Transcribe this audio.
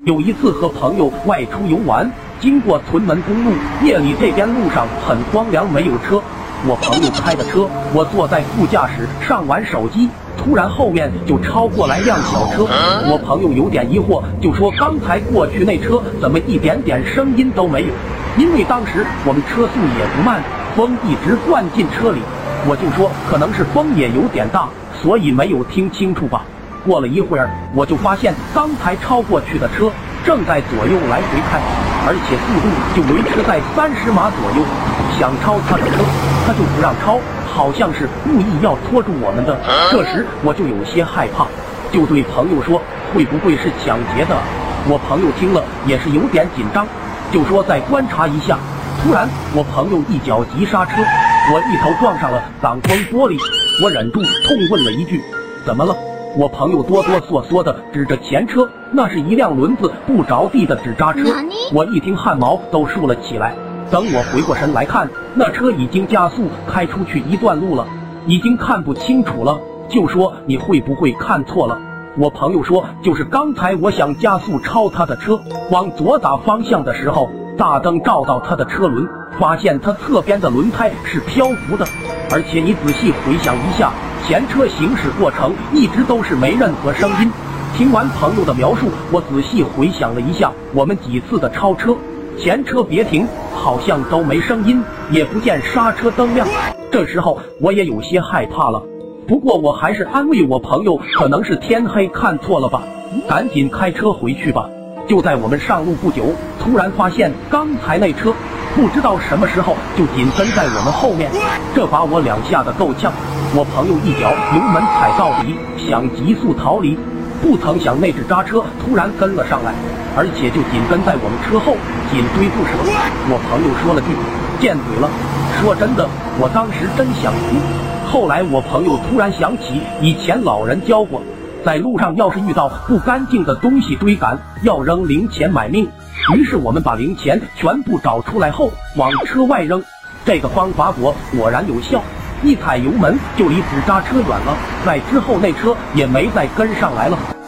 有一次和朋友外出游玩，经过屯门公路，夜里这边路上很荒凉，没有车。我朋友开的车，我坐在副驾驶上玩手机，突然后面就超过来辆小车。我朋友有点疑惑，就说刚才过去那车怎么一点点声音都没有？因为当时我们车速也不慢，风一直灌进车里。我就说可能是风也有点大，所以没有听清楚吧。过了一会儿，我就发现刚才超过去的车正在左右来回开，而且速度就维持在30码左右。想超他的车，他就不让超，好像是故意要拖住我们的。这时我就有些害怕，就对朋友说会不会是抢劫的？我朋友听了也是有点紧张，就说再观察一下。突然我朋友一脚急刹车，我一头撞上了挡风玻璃，我忍住痛问了一句怎么了？我朋友哆哆嗦嗦地指着前车，那是一辆轮子不着地的纸扎车。我一听汗毛都竖了起来。等我回过神来看，那车已经加速开出去一段路了，已经看不清楚了。就说你会不会看错了？我朋友说就是刚才我想加速超他的车，往左打方向的时候，大灯照到他的车轮，发现他侧边的轮胎是漂浮的，而且你仔细回想一下，前车行驶过程一直都是没任何声音。听完朋友的描述，我仔细回想了一下我们几次的超车，前车别停，好像都没声音，也不见刹车灯亮。这时候我也有些害怕了，不过我还是安慰我朋友，可能是天黑看错了吧，赶紧开车回去吧。就在我们上路不久，突然发现刚才那车不知道什么时候就紧跟在我们后面，这把我两下的够呛。我朋友一脚油门踩到底，想急速逃离，不曾想那只扎车突然跟了上来，而且就紧跟在我们车后，紧追不舍。我朋友说了句贱嘴了，说真的，我当时真想哭。后来我朋友突然想起以前老人教过，在路上要是遇到不干净的东西追赶，要扔零钱买命。于是我们把零钱全部找出来后往车外扔，这个方法果然有效，一踩油门就离纸扎车远了，在之后那车也没再跟上来了。